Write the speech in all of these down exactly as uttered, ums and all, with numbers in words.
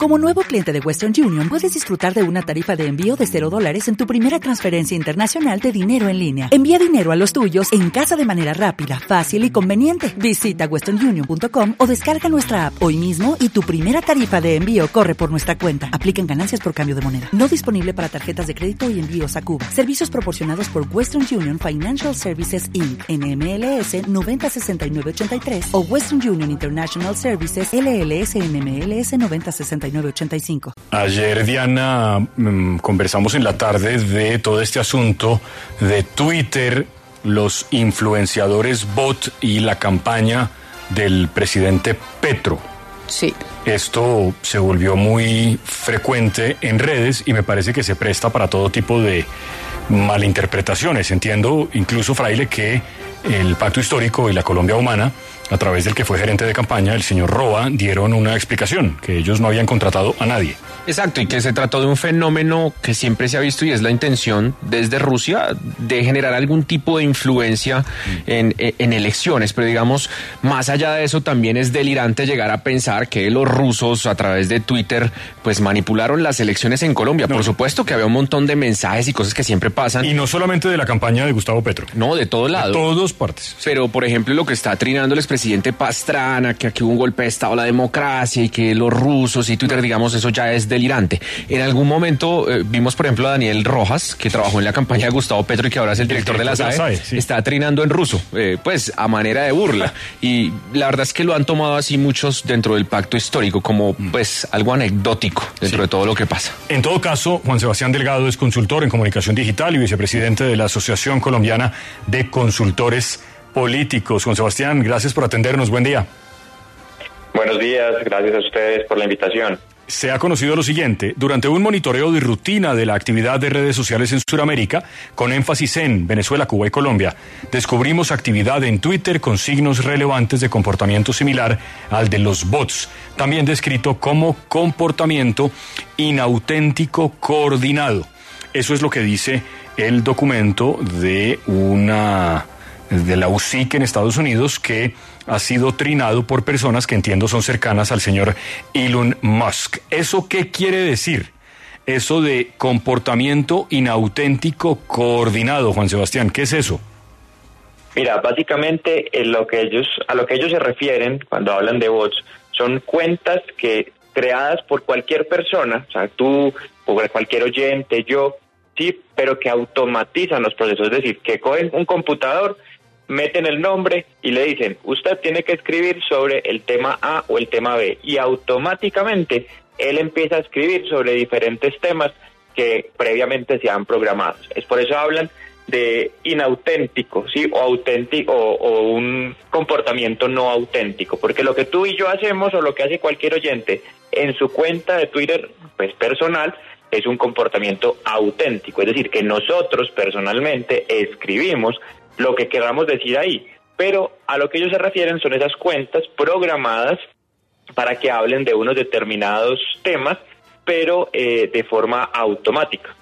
Como nuevo cliente de Western Union, puedes disfrutar de una tarifa de envío de cero dólares en tu primera transferencia internacional de dinero en línea. Envía dinero a los tuyos en casa de manera rápida, fácil y conveniente. Visita western union punto com o descarga nuestra app hoy mismo y tu primera tarifa de envío corre por nuestra cuenta. Aplican ganancias por cambio de moneda. No disponible para tarjetas de crédito y envíos a Cuba. Servicios proporcionados por Western Union Financial Services incorporated. N M L S noventa sesenta y nueve ochenta y tres o Western Union International Services L L S N M L S noventa sesenta y nueve ochenta y cinco. Ayer, Diana, mmm, conversamos en la tarde de todo este asunto de Twitter, los influenciadores bot y la campaña del presidente Petro. Sí. Esto se volvió muy frecuente en redes y me parece que se presta para todo tipo de malinterpretaciones. Entiendo incluso, Fraile, que el Pacto Histórico y la Colombia Humana, a través del que fue gerente de campaña, el señor Roa, dieron una explicación, que ellos no habían contratado a nadie. Exacto, y que se trató de un fenómeno que siempre se ha visto y es la intención desde Rusia de generar algún tipo de influencia en, en elecciones, pero digamos, más allá de eso también es delirante llegar a pensar que los rusos a través de Twitter pues manipularon las elecciones en Colombia. No. Por supuesto que había un montón de mensajes y cosas que siempre pasan. Y no solamente de la campaña de Gustavo Petro. No, de todo lado. De todas partes. Pero, por ejemplo, lo que está trinando el expresidente Pastrana, que aquí hubo un golpe de Estado a la democracia y que los rusos y Twitter, digamos, eso ya es delirante. En algún momento eh, vimos, por ejemplo, a Daniel Rojas, que trabajó en la campaña de Gustavo Petro y que ahora es el director, el director de la S A E, de la S A E sí. Está trinando en ruso, eh, pues a manera de burla. Y la verdad es que lo han tomado así muchos dentro del pacto histórico, como pues algo anecdótico dentro sí. de todo lo que pasa. En todo caso, Juan Sebastián Delgado es consultor en comunicación digital y vicepresidente de la Asociación Colombiana de Consultores Políticos. Juan Sebastián, gracias por atendernos. Buen día. Buenos días, gracias a ustedes por la invitación. Se ha conocido lo siguiente: durante un monitoreo de rutina de la actividad de redes sociales en Sudamérica, con énfasis en Venezuela, Cuba y Colombia, descubrimos actividad en Twitter con signos relevantes de comportamiento similar al de los bots, también descrito como comportamiento inauténtico coordinado. Eso es lo que dice el documento de una de la U S I C en Estados Unidos, que ha sido trinado por personas que entiendo son cercanas al señor Elon Musk. ¿Eso qué quiere decir? Eso de comportamiento inauténtico coordinado, Juan Sebastián, ¿qué es eso? Mira, básicamente en lo que ellos, a lo que ellos se refieren cuando hablan de bots son cuentas que creadas por cualquier persona, o sea, tú, por cualquier oyente, yo, sí, pero que automatizan los procesos, es decir, que cogen un computador, meten el nombre y le dicen, usted tiene que escribir sobre el tema A o el tema B, y automáticamente él empieza a escribir sobre diferentes temas que previamente se han programado. Es por eso hablan de inauténtico, ¿sí? O auténtico, o, o un comportamiento no auténtico, porque lo que tú y yo hacemos o lo que hace cualquier oyente en su cuenta de Twitter, pues personal, es un comportamiento auténtico, es decir, que nosotros personalmente escribimos lo que queramos decir ahí, pero a lo que ellos se refieren son esas cuentas programadas para que hablen de unos determinados temas, pero eh, de forma automática.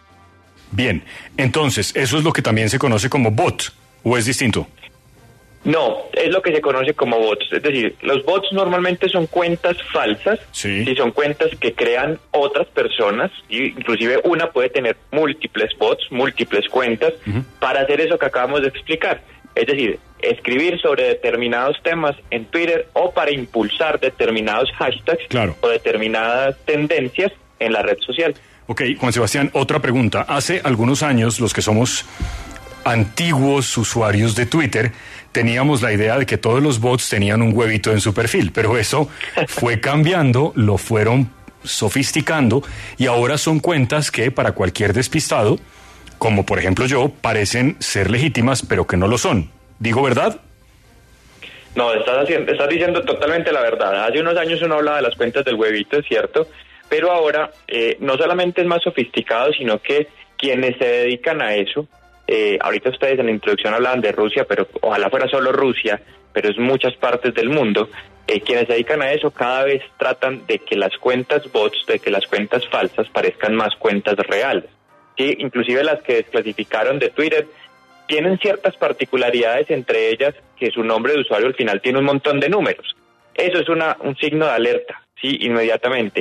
Bien, entonces, ¿eso es lo que también se conoce como bot, o es distinto? No, es lo que se conoce como bots, es decir, los bots normalmente son cuentas falsas, sí. y son cuentas que crean otras personas, y inclusive una puede tener múltiples bots, múltiples cuentas, uh-huh. para hacer eso que acabamos de explicar, es decir, escribir sobre determinados temas en Twitter o para impulsar determinados hashtags claro. o determinadas tendencias en la red social. Ok, Juan Sebastián, otra pregunta. Hace algunos años, los que somos antiguos usuarios de Twitter, teníamos la idea de que todos los bots tenían un huevito en su perfil, pero eso fue cambiando, lo fueron sofisticando y ahora son cuentas que para cualquier despistado, como por ejemplo yo, parecen ser legítimas, pero que no lo son. ¿Digo verdad? No, estás, haciendo, estás diciendo totalmente la verdad. Hace unos años uno hablaba de las cuentas del huevito, es cierto, pero ahora eh, no solamente es más sofisticado, sino que quienes se dedican a eso, eh, ahorita ustedes en la introducción hablaban de Rusia, pero ojalá fuera solo Rusia, pero es muchas partes del mundo, eh, quienes se dedican a eso cada vez tratan de que las cuentas bots, de que las cuentas falsas parezcan más cuentas reales. Sí, inclusive las que desclasificaron de Twitter tienen ciertas particularidades, entre ellas que su nombre de usuario al final tiene un montón de números. Eso es una, un signo de alerta, sí, inmediatamente.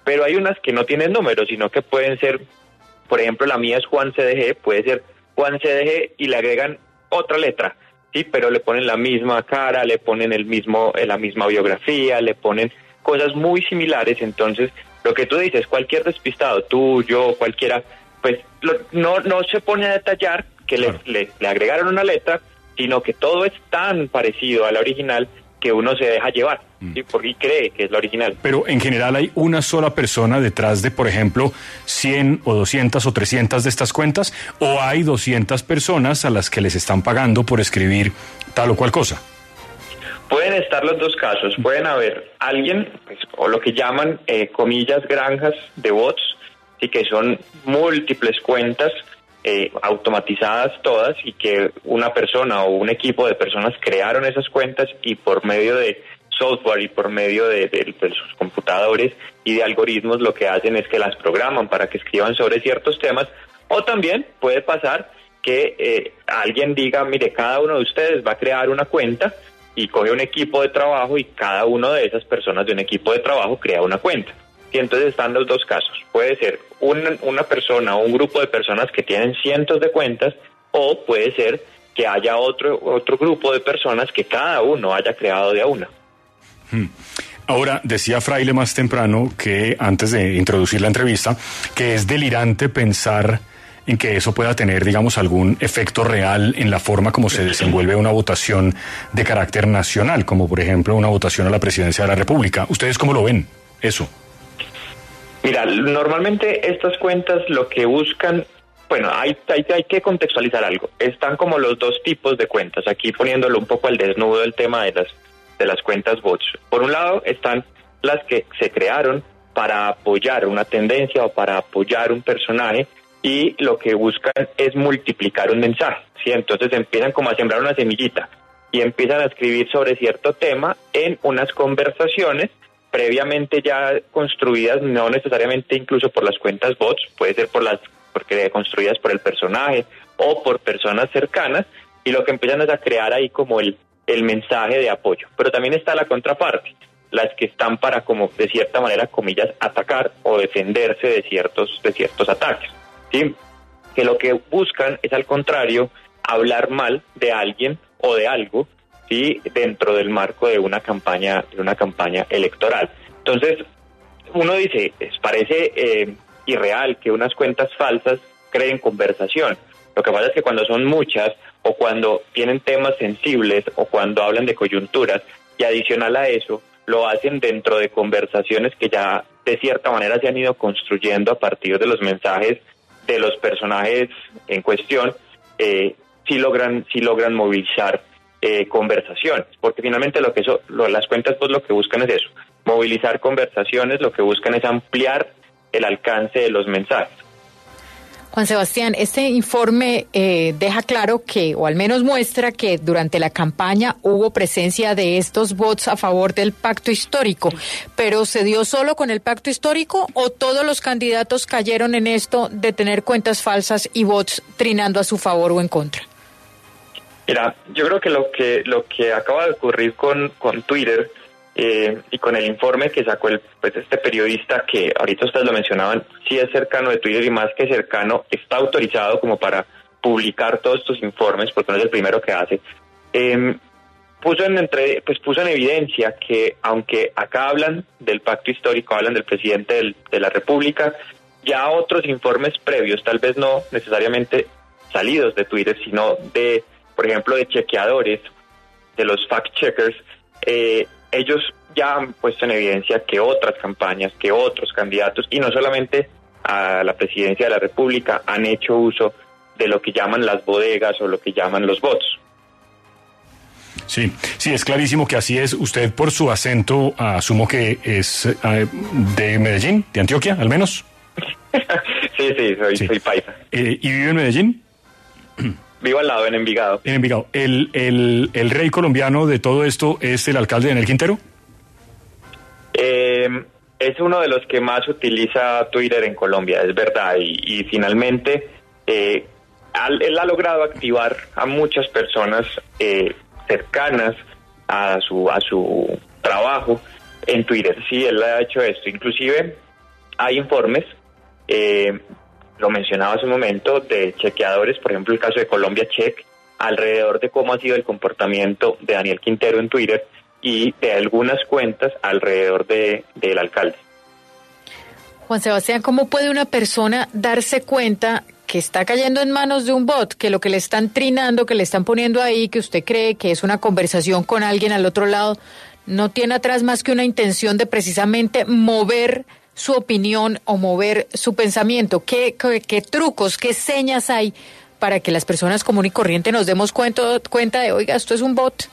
pero hay unas que no tienen números, sino que pueden ser, por ejemplo, la mía es Juan C D G, puede ser Juan C D G y le agregan otra letra, sí, pero le ponen la misma cara, le ponen el mismo, la misma biografía, le ponen cosas muy similares. Entonces, lo que tú dices, cualquier despistado, tú, yo, cualquiera, pues lo, no, no se pone a detallar que le, le, le agregaron una letra, sino que todo es tan parecido a la original que uno se deja llevar, mm. ¿sí? Porque cree que es la original. Pero en general hay una sola persona detrás de, por ejemplo, cien o doscientas o trescientas de estas cuentas, o hay doscientas personas a las que les están pagando por escribir tal o cual cosa. Pueden estar los dos casos, pueden haber alguien, pues, o lo que llaman, eh, comillas, granjas de bots, y que son múltiples cuentas, eh, automatizadas todas, y que una persona o un equipo de personas crearon esas cuentas y por medio de software y por medio de, de, de sus computadores y de algoritmos lo que hacen es que las programan para que escriban sobre ciertos temas. O también puede pasar que eh, alguien diga, mire, cada uno de ustedes va a crear una cuenta, y coge un equipo de trabajo y cada una de esas personas de un equipo de trabajo crea una cuenta. Y entonces están los dos casos. Puede ser una, una persona o un grupo de personas que tienen cientos de cuentas, o puede ser que haya otro, otro grupo de personas que cada uno haya creado de a una. Hmm. Ahora, decía Fraile más temprano, que antes de introducir la entrevista, que es delirante pensar en que eso pueda tener, digamos, algún efecto real en la forma como se desenvuelve una votación de carácter nacional, como por ejemplo una votación a la presidencia de la República. ¿Ustedes cómo lo ven eso? Mira, normalmente estas cuentas lo que buscan, bueno, hay, hay, hay que contextualizar algo. Están como los dos tipos de cuentas, aquí poniéndolo un poco al desnudo el tema de las, de las cuentas bots. Por un lado están las que se crearon para apoyar una tendencia o para apoyar un personaje, y lo que buscan es multiplicar un mensaje, ¿sí? Entonces empiezan como a sembrar una semillita y empiezan a escribir sobre cierto tema en unas conversaciones previamente ya construidas, no necesariamente incluso por las cuentas bots, puede ser por las porque construidas por el personaje o por personas cercanas, y lo que empiezan es a crear ahí como el, el mensaje de apoyo. Pero también está la contraparte, las que están para, como de cierta manera, comillas, atacar o defenderse de ciertos, de ciertos ataques. ¿Sí? Que lo que buscan es, al contrario, hablar mal de alguien o de algo, ¿sí? Dentro del marco de una campaña, de una campaña electoral. Entonces, uno dice, es, parece eh, irreal que unas cuentas falsas creen conversación. Lo que pasa es que cuando son muchas, o cuando tienen temas sensibles, o cuando hablan de coyunturas, y adicional a eso, lo hacen dentro de conversaciones que ya de cierta manera se han ido construyendo a partir de los mensajes de los personajes en cuestión, eh, sí logran, sí logran movilizar eh, conversaciones, porque finalmente lo que eso, lo, las cuentas pues lo que buscan es eso, movilizar conversaciones, lo que buscan es ampliar el alcance de los mensajes. Juan Sebastián, este informe eh, deja claro que, o al menos muestra que durante la campaña hubo presencia de estos bots a favor del pacto histórico, pero ¿se dio solo con el pacto histórico o todos los candidatos cayeron en esto de tener cuentas falsas y bots trinando a su favor o en contra? Mira, yo creo que lo que lo que acaba de ocurrir con, con Twitter eh, y con el informe que sacó el pues este periodista, que ahorita ustedes lo mencionaban, sí es cercano de Twitter, y más que cercano, está autorizado como para publicar todos estos informes, porque no es el primero que hace, eh, puso en entre pues puso en evidencia que, aunque acá hablan del pacto histórico, hablan del presidente del, de la República, ya otros informes previos, tal vez no necesariamente salidos de Twitter, sino de, por ejemplo, de chequeadores, de los fact-checkers, eh, ellos ya han puesto en evidencia que otras campañas, que otros candidatos, y no solamente a la presidencia de la República, han hecho uso de lo que llaman las bodegas o lo que llaman los bots. Sí, sí, es clarísimo que así es. Usted, por su acento, asumo que es eh, de Medellín, de Antioquia, al menos. sí, sí, soy, sí. soy paisa. Eh, ¿Y vive en Medellín? Vivo al lado, en Envigado. En Envigado. ¿El, el, el rey colombiano de todo esto es el alcalde Daniel Quintero? Eh, es uno de los que más utiliza Twitter en Colombia, es verdad. Y, y finalmente, eh, al, él ha logrado activar a muchas personas eh, cercanas a su, a su trabajo en Twitter. Sí, él ha hecho esto. Inclusive, hay informes, eh, lo mencionaba hace un momento, de chequeadores, por ejemplo el caso de Colombia Check, alrededor de cómo ha sido el comportamiento de Daniel Quintero en Twitter y de algunas cuentas alrededor de del alcalde. Juan Sebastián, ¿cómo puede una persona darse cuenta que está cayendo en manos de un bot, que lo que le están trinando, que le están poniendo ahí, que usted cree que es una conversación con alguien al otro lado, no tiene atrás más que una intención de precisamente mover su opinión o mover su pensamiento? ¿Qué, qué, qué trucos, qué señas hay para que las personas común y corriente nos demos cuenta, cuenta de, oiga, esto es un bot?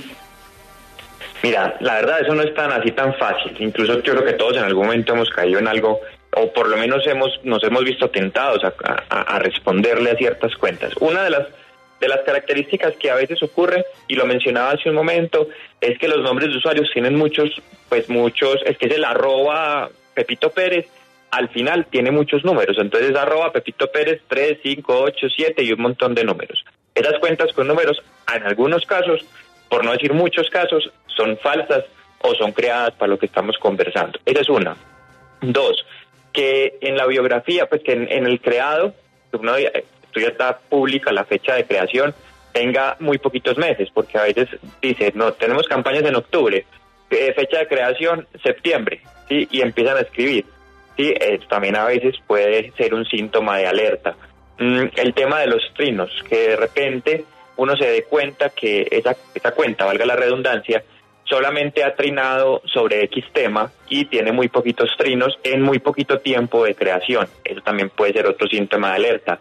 Mira, la verdad eso no es tan así tan fácil. Incluso yo creo que todos en algún momento hemos caído en algo, o por lo menos hemos nos hemos visto tentados a, a, a responderle a ciertas cuentas. Una de las de las características que a veces ocurre, y lo mencionaba hace un momento, es que los nombres de usuarios tienen muchos, pues muchos, es que es el arroba Pepito Pérez, al final tiene muchos números, entonces arroba Pepito Pérez tres, cinco, ocho, siete y un montón de números. Esas cuentas con números, en algunos casos, por no decir muchos casos, son falsas o son creadas para lo que estamos conversando. Esa es una. Dos, que en la biografía, pues que en, en el creado, uno, esto ya está pública la fecha de creación, tenga muy poquitos meses, porque a veces dice, no, tenemos campañas en octubre, eh, fecha de creación, septiembre, ¿sí? Y empiezan a escribir. Sí, eh, también a veces puede ser un síntoma de alerta. Mm, el tema de los trinos, que de repente uno se dé cuenta que esa, esa cuenta, valga la redundancia, solamente ha trinado sobre X tema y tiene muy poquitos trinos en muy poquito tiempo de creación. Eso también puede ser otro síntoma de alerta.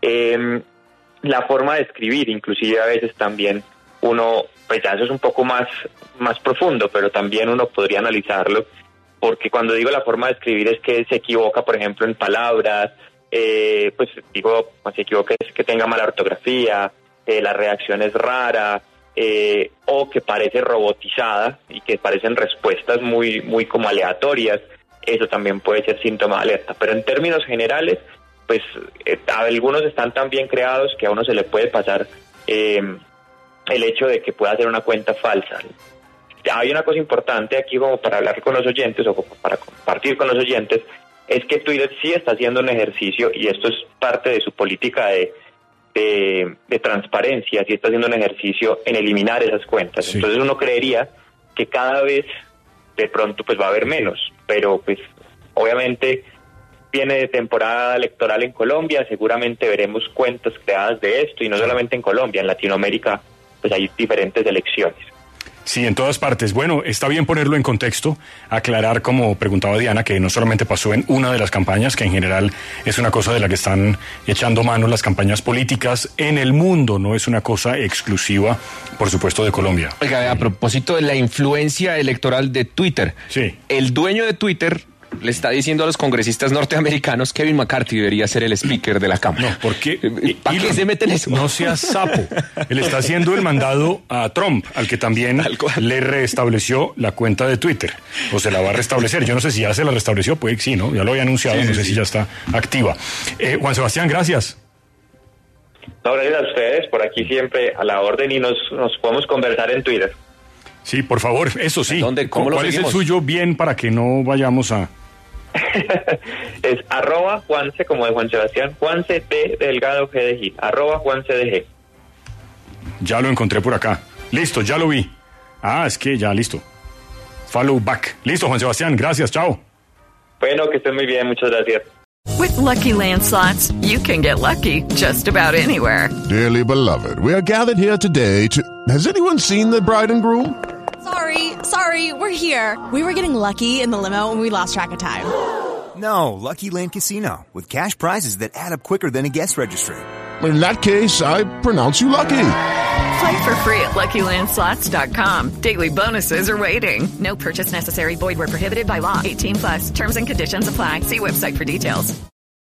Eh, la forma de escribir, inclusive a veces también uno, pues ya eso es un poco más, más profundo, pero también uno podría analizarlo, porque cuando digo la forma de escribir es que se equivoca, por ejemplo, en palabras, eh, pues digo, pues se equivoca es que tenga mala ortografía, eh, la reacción es rara, eh, o que parece robotizada y que parecen respuestas muy, muy como aleatorias. Eso también puede ser síntoma de alerta. Pero en términos generales, pues eh, algunos están tan bien creados que a uno se le puede pasar eh, el hecho de que pueda ser una cuenta falsa. Hay una cosa importante aquí como para hablar con los oyentes o para compartir con los oyentes, es que Twitter sí está haciendo un ejercicio, y esto es parte de su política de De, de transparencia, si está haciendo un ejercicio en eliminar esas cuentas. Sí. Entonces uno creería que cada vez de pronto pues va a haber menos, pero pues obviamente viene de temporada electoral en Colombia, seguramente veremos cuentas creadas de esto, y no solamente en Colombia, en Latinoamérica pues hay diferentes elecciones. Sí, en todas partes. Bueno, está bien ponerlo en contexto, aclarar, como preguntaba Diana, que no solamente pasó en una de las campañas, que en general es una cosa de la que están echando mano las campañas políticas en el mundo, no es una cosa exclusiva, por supuesto, de Colombia. Oiga, a propósito de la influencia electoral de Twitter, sí. El dueño de Twitter le está diciendo a los congresistas norteamericanos que Kevin McCarthy debería ser el speaker de la Cámara. No, porque ¿para qué se meten eso? No seas sapo. Él está haciendo el mandado a Trump, al que también le restableció la cuenta de Twitter. O se la va a restablecer. Yo no sé si ya se la restableció, pues sí, ¿no? Ya lo había anunciado, sí, no sé sí. si ya está activa. Eh, Juan Sebastián, gracias. No, gracias a ustedes, por aquí siempre a la orden, y nos, nos podemos conversar en Twitter. Sí, por favor, eso sí. ¿Dónde, cómo ¿Cuál lo es el suyo bien para que no vayamos a...? Es arroba Juanse, como de Juan Sebastián, Juanse de Delgado G de Gil, arroba Juanse de G. Ya lo encontré por acá. Listo, ya lo vi. Ah, es que ya, listo. Follow back. Listo, Juan Sebastián, gracias, chao. Bueno, que estén muy bien, muchas gracias. With Lucky Land Slots, you can get lucky just about anywhere. Dearly beloved, we are gathered here today to... Has anyone seen the bride and groom? Sorry, sorry, we're here. We were getting lucky in the limo and we lost track of time. No, Lucky Land Casino, with cash prizes that add up quicker than a guest registry. In that case, I pronounce you lucky. Play for free at Lucky Land Slots dot com. Daily bonuses are waiting. No purchase necessary. Void where prohibited by law. eighteen plus. Terms and conditions apply. See website for details.